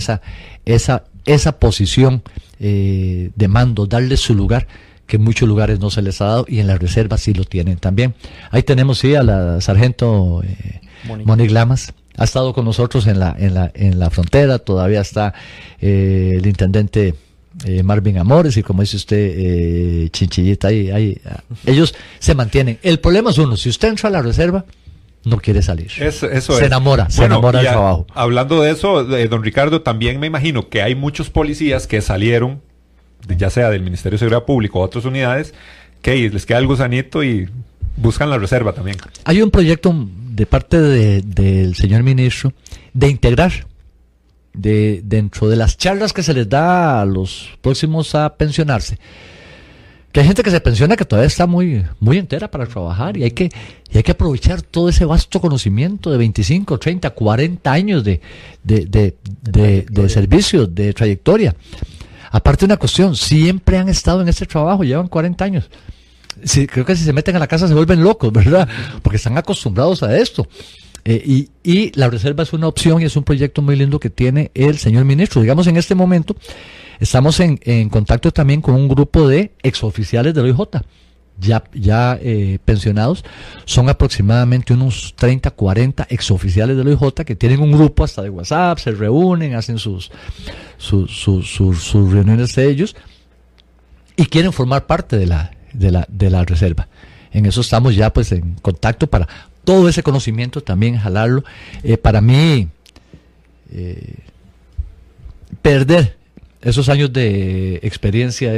esa posición de mando, darle su lugar, que en muchos lugares no se les ha dado, y en la reserva sí lo tienen también. Ahí tenemos a la sargento Monique Lamas, ha estado con nosotros en la frontera, todavía está el intendente Marvin Amores, y como dice usted, Chinchillita, ahí, ellos se mantienen. El problema es uno: si usted entra a la reserva, no quiere salir. Se enamora del trabajo. Hablando de eso, don Ricardo, también me imagino que hay muchos policías que salieron, ya sea del Ministerio de Seguridad Pública o otras unidades, que les queda el gusanito y buscan la reserva también. Hay un proyecto de parte del señor ministro de integrar dentro de las charlas que se les da a los próximos a pensionarse, que hay gente que se pensiona que todavía está muy, muy entera para trabajar, y hay que aprovechar todo ese vasto conocimiento de 25, 30, 40 años de servicio, de trayectoria. Aparte, una cuestión, siempre han estado en este trabajo, llevan 40 años. Sí, creo que si se meten a la casa se vuelven locos, ¿verdad? Porque están acostumbrados a esto. Y la reserva es una opción, y es un proyecto muy lindo que tiene el señor ministro. Digamos, en este momento estamos en contacto también con un grupo de exoficiales del OIJ, ya pensionados. Son aproximadamente unos 30, 40 exoficiales del OIJ que tienen un grupo hasta de WhatsApp, se reúnen, hacen sus reuniones de ellos, y quieren formar parte de la reserva. En eso estamos ya pues en contacto para todo ese conocimiento también jalarlo. Para mí, perder esos años de experiencia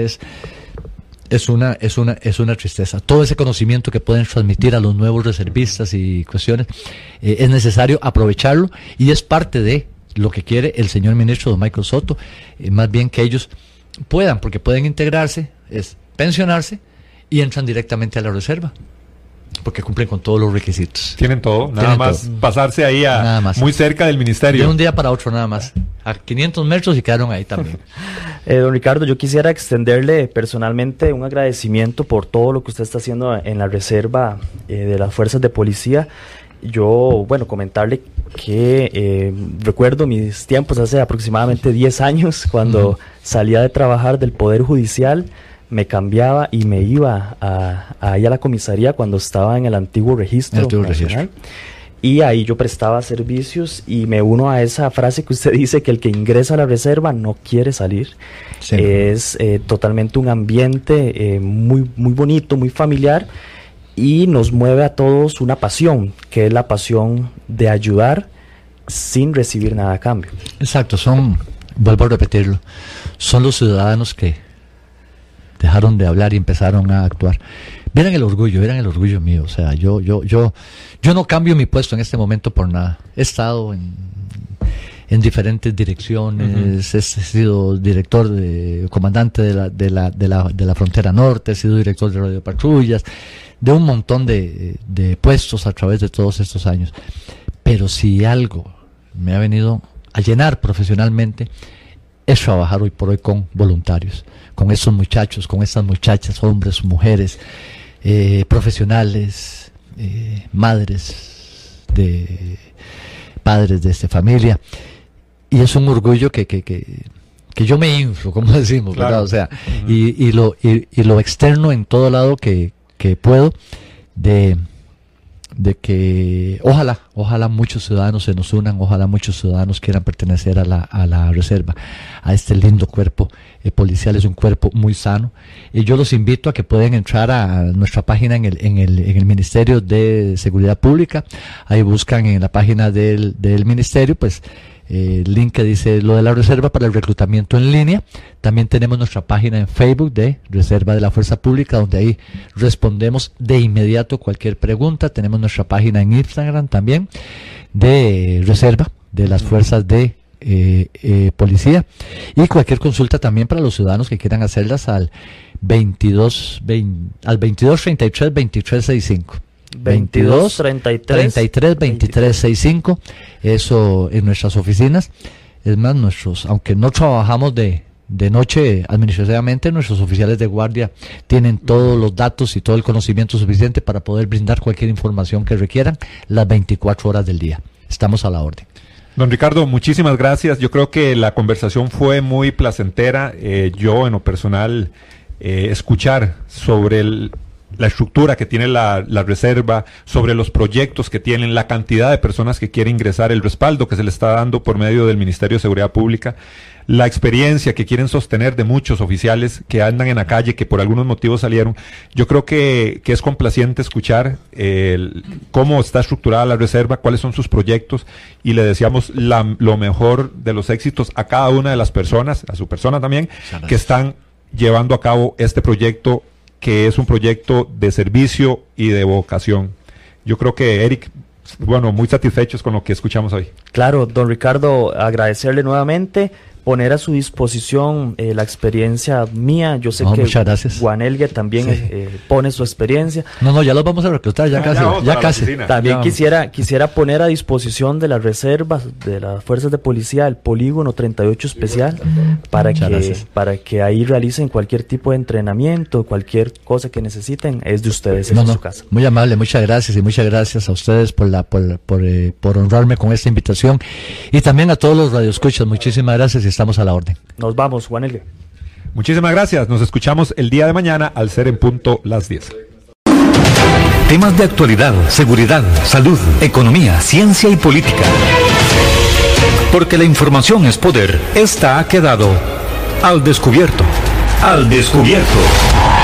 es una tristeza. Todo ese conocimiento que pueden transmitir a los nuevos reservistas y cuestiones, es necesario aprovecharlo, y es parte de lo que quiere el señor ministro don Michael Soto, más bien que ellos puedan, porque pueden integrarse, es pensionarse, y entran directamente a la reserva, porque cumplen con todos los requisitos. Tienen todo, nada más pasarse ahí muy cerca del ministerio. De un día para otro nada más, a 500 metros, y quedaron ahí también. Don Ricardo, yo quisiera extenderle personalmente un agradecimiento por todo lo que usted está haciendo en la reserva de las fuerzas de policía. Yo, comentarle que recuerdo mis tiempos hace aproximadamente 10 años, cuando salía de trabajar del Poder Judicial, me cambiaba y me iba ahí a la comisaría cuando estaba en el antiguo registro nacional. Y ahí yo prestaba servicios, y me uno a esa frase que usted dice, que el que ingresa a la reserva no quiere salir. Sí. Es totalmente un ambiente muy, muy bonito, muy familiar, y nos mueve a todos una pasión, que es la pasión de ayudar sin recibir nada a cambio. Exacto, vuelvo a repetirlo, son los ciudadanos que dejaron de hablar y empezaron a actuar. Vieran el orgullo mío. O sea, yo no cambio mi puesto en este momento por nada. He estado en diferentes direcciones, he sido director, comandante de la frontera norte, he sido director de radiopatrullas, de un montón de puestos a través de todos estos años. Pero si algo me ha venido a llenar profesionalmente, es trabajar hoy por hoy con voluntarios, con esos muchachos, con esas muchachas, hombres, mujeres, profesionales, madres, padres de esta familia, y es un orgullo que que yo me inflo, como decimos, claro. ¿verdad? O sea, y lo externo en todo lado que puedo, de que ojalá muchos ciudadanos se nos unan, ojalá muchos ciudadanos quieran pertenecer a la reserva, a este lindo cuerpo policial. Es un cuerpo muy sano, y yo los invito a que pueden entrar a nuestra página en el Ministerio de Seguridad Pública. Ahí buscan en la página del ministerio, pues, el link que dice lo de la reserva para el reclutamiento en línea. También tenemos nuestra página en Facebook de Reserva de la Fuerza Pública, donde ahí respondemos de inmediato cualquier pregunta. Tenemos nuestra página en Instagram también de Reserva de las Fuerzas de Policía, y cualquier consulta también para los ciudadanos que quieran hacerlas al 22 33 23 65. 22 33 23 65, eso en nuestras oficinas. Es más, aunque no trabajamos de noche administrativamente, nuestros oficiales de guardia tienen todos los datos y todo el conocimiento suficiente para poder brindar cualquier información que requieran las 24 horas del día. Estamos a la orden. Don Ricardo, muchísimas gracias. Yo creo que la conversación fue muy placentera. Yo, en lo personal, escuchar sobre la estructura que tiene la reserva, sobre los proyectos que tienen, la cantidad de personas que quieren ingresar, el respaldo que se le está dando por medio del Ministerio de Seguridad Pública, la experiencia que quieren sostener de muchos oficiales que andan en la calle, que por algunos motivos salieron. Yo creo que es complaciente escuchar cómo está estructurada la reserva, cuáles son sus proyectos, y le deseamos lo mejor de los éxitos a cada una de las personas, a su persona también, que están llevando a cabo este proyecto, que es un proyecto de servicio y de vocación. Yo creo que, Eric, bueno, muy satisfechos con lo que escuchamos hoy. Claro, don Ricardo, agradecerle nuevamente, poner a su disposición la experiencia mía. Yo sé que Juan Elgue también pone su experiencia. No, ya los vamos a reclutar, ya casi. También quisiera poner a disposición de las reservas, de las fuerzas de policía, el polígono 38 especial, para que ahí realicen cualquier tipo de entrenamiento, cualquier cosa que necesiten, es de ustedes, en su casa. Muy amable, muchas gracias, y muchas gracias a ustedes por honrarme con esta invitación, y también a todos los radioescuchas. Muchísimas gracias, y estamos a la orden. Nos vamos, Juan Elgue. Muchísimas gracias. Nos escuchamos el día de mañana al ser en punto las 10. Temas de actualidad, seguridad, salud, economía, ciencia y política. Porque la información es poder. Esta ha quedado al descubierto. Al descubierto.